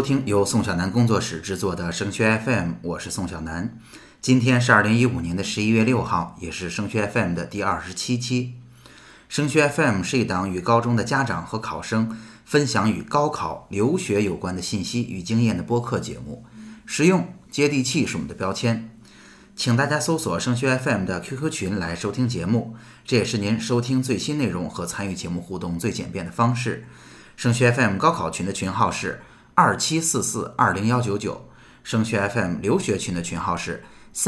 听由宋小南工作室制作的升学 FM， 我是宋小南。今天是2015年的11月6号，也是升学 FM 的第27期。升学 FM 是一档与高中的家长和考生分享与高考、留学有关的信息与经验的播客节目，实用接地气是我们的标签。请大家搜索升学 FM 的 QQ 群来收听节目，这也是您收听最新内容和参与节目互动最简便的方式。升学 FM 高考群的群号是2744-20199，升学 FM 留学群的群号是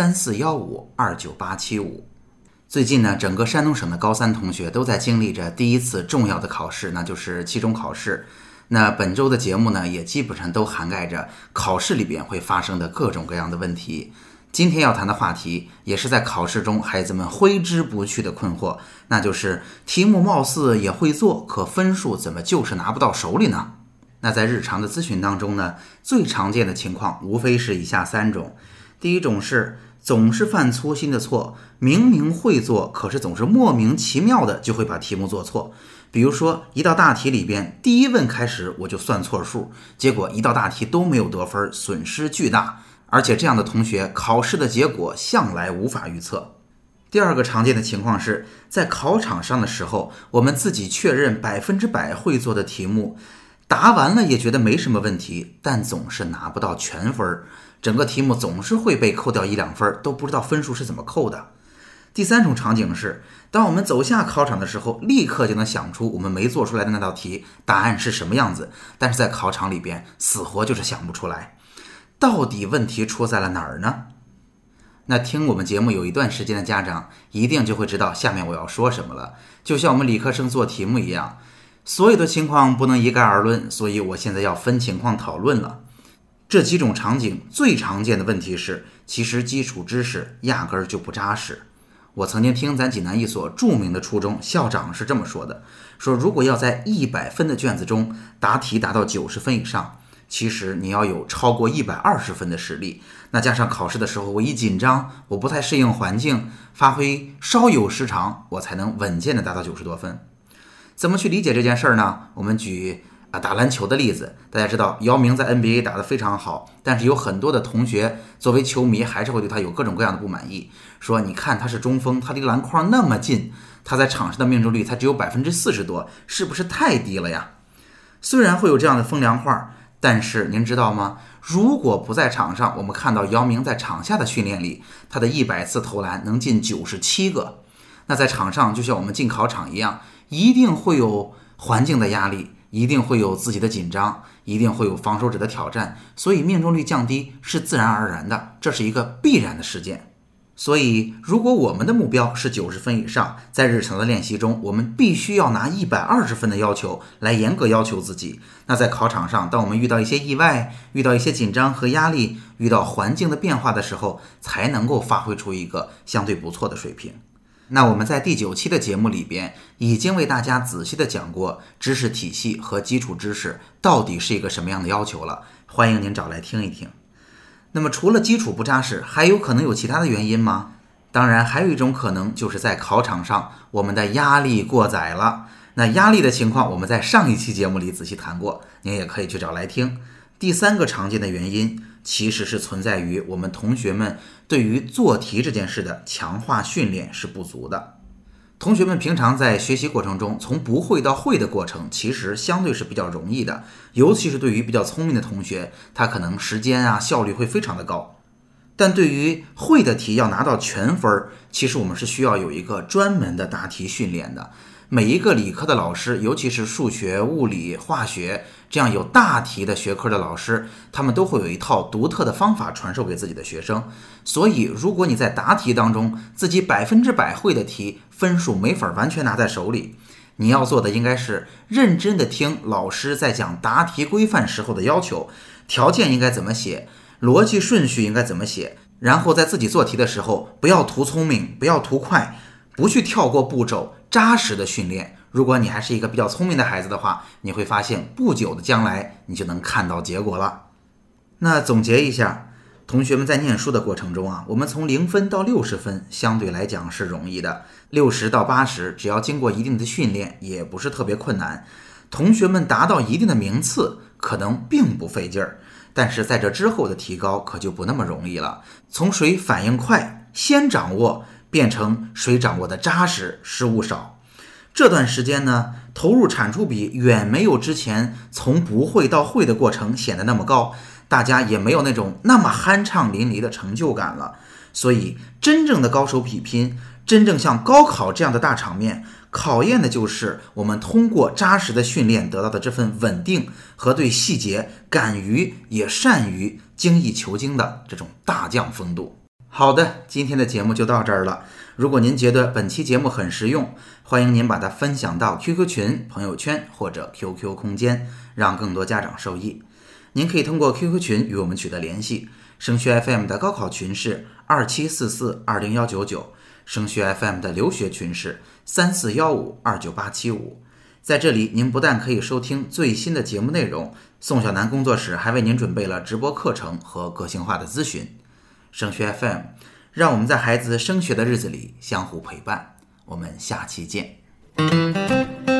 3415-29875。最近呢，整个山东省的高三同学都在经历着第一次重要的考试，那就是期中考试。那本周的节目呢，也基本上都涵盖着考试里边会发生的各种各样的问题。今天要谈的话题也是在考试中孩子们挥之不去的困惑，那就是题目貌似也会做，可分数怎么就是拿不到手里呢？那在日常的咨询当中呢，最常见的情况无非是以下3种。第一种是总是犯粗心的错，明明会做，可是总是莫名其妙的就会把题目做错。比如说一道大题里边，第一问开始我就算错数，结果一道大题都没有得分，损失巨大。而且这样的同学考试的结果向来无法预测。第二个常见的情况是在考场上的时候，我们自己确认100%会做的题目，答完了也觉得没什么问题，但总是拿不到全分，整个题目总是会被扣掉1-2分，都不知道分数是怎么扣的。第三种场景是当我们走下考场的时候，立刻就能想出我们没做出来的那道题答案是什么样子，但是在考场里边死活就是想不出来。到底问题出在了哪儿呢？那听我们节目有一段时间的家长一定就会知道下面我要说什么了。就像我们理科生做题目一样，所有的情况不能一概而论，所以我现在要分情况讨论了。这几种场景最常见的问题是，其实基础知识压根儿就不扎实。我曾经听咱济南一所著名的初中校长是这么说的，说如果要在100分的卷子中答题达到90分以上，其实你要有超过120分的实力，那加上考试的时候我一紧张，我不太适应环境，发挥稍有失常，我才能稳健的达到90多分。怎么去理解这件事儿呢？我们举打篮球的例子，大家知道姚明在 NBA 打得非常好，但是有很多的同学作为球迷还是会对他有各种各样的不满意，说你看他是中锋，他离篮筐那么近，他在场上的命中率才只有40%多，是不是太低了呀？虽然会有这样的风凉话，但是您知道吗？如果不在场上，我们看到姚明在场下的训练里，他的100次投篮能进97个。那在场上就像我们进考场一样，一定会有环境的压力，一定会有自己的紧张，一定会有防守者的挑战，所以命中率降低是自然而然的，这是一个必然的事件。所以如果我们的目标是90分以上，在日常的练习中我们必须要拿120分的要求来严格要求自己。那在考场上，当我们遇到一些意外，遇到一些紧张和压力，遇到环境的变化的时候，才能够发挥出一个相对不错的水平。那我们在第9期的节目里边已经为大家仔细的讲过知识体系和基础知识到底是一个什么样的要求了，欢迎您找来听一听。那么除了基础不扎实，还有可能有其他的原因吗？当然还有一种可能，就是在考场上我们的压力过载了。那压力的情况我们在上一期节目里仔细谈过，您也可以去找来听。第3个常见的原因其实是存在于我们同学们对于做题这件事的强化训练是不足的。同学们平常在学习过程中，从不会到会的过程其实相对是比较容易的，尤其是对于比较聪明的同学，他可能时间效率会非常的高。但对于会的题要拿到全分，其实我们是需要有一个专门的答题训练的。每一个理科的老师，尤其是数学、物理、化学这样有大题的学科的老师，他们都会有一套独特的方法传授给自己的学生。所以如果你在答题当中自己100%会的题，分数没法完全拿在手里，你要做的应该是认真的听老师在讲答题规范时候的要求，条件应该怎么写，逻辑顺序应该怎么写，然后在自己做题的时候不要图聪明，不要图快，不去跳过步骤，扎实的训练。如果你还是一个比较聪明的孩子的话，你会发现不久的将来你就能看到结果了。那总结一下，同学们在念书的过程中我们从0分到60分相对来讲是容易的，60到80只要经过一定的训练也不是特别困难。同学们达到一定的名次， 可能并不费劲儿，但是在这之后的提高可就不那么容易了。从谁反应快先掌握，变成谁掌握的扎实，失误少。这段时间呢，投入产出比远没有之前从不会到会的过程显得那么高，大家也没有那种那么酣畅淋漓的成就感了。所以真正的高手比拼，真正像高考这样的大场面，考验的就是我们通过扎实的训练得到的这份稳定和对细节敢于也善于精益求精的这种大将风度。好的，今天的节目就到这儿了。如果您觉得本期节目很实用，欢迎您把它分享到 QQ 群、朋友圈或者 QQ 空间，让更多家长受益。您可以通过 QQ 群与我们取得联系，升学 FM 的高考群是2744-20199，升学 FM 的留学群是3415-29875。在这里，您不但可以收听最新的节目内容，宋小南工作室还为您准备了直播课程和个性化的咨询。升学 FM， 让我们在孩子升学的日子里相互陪伴。我们下期见。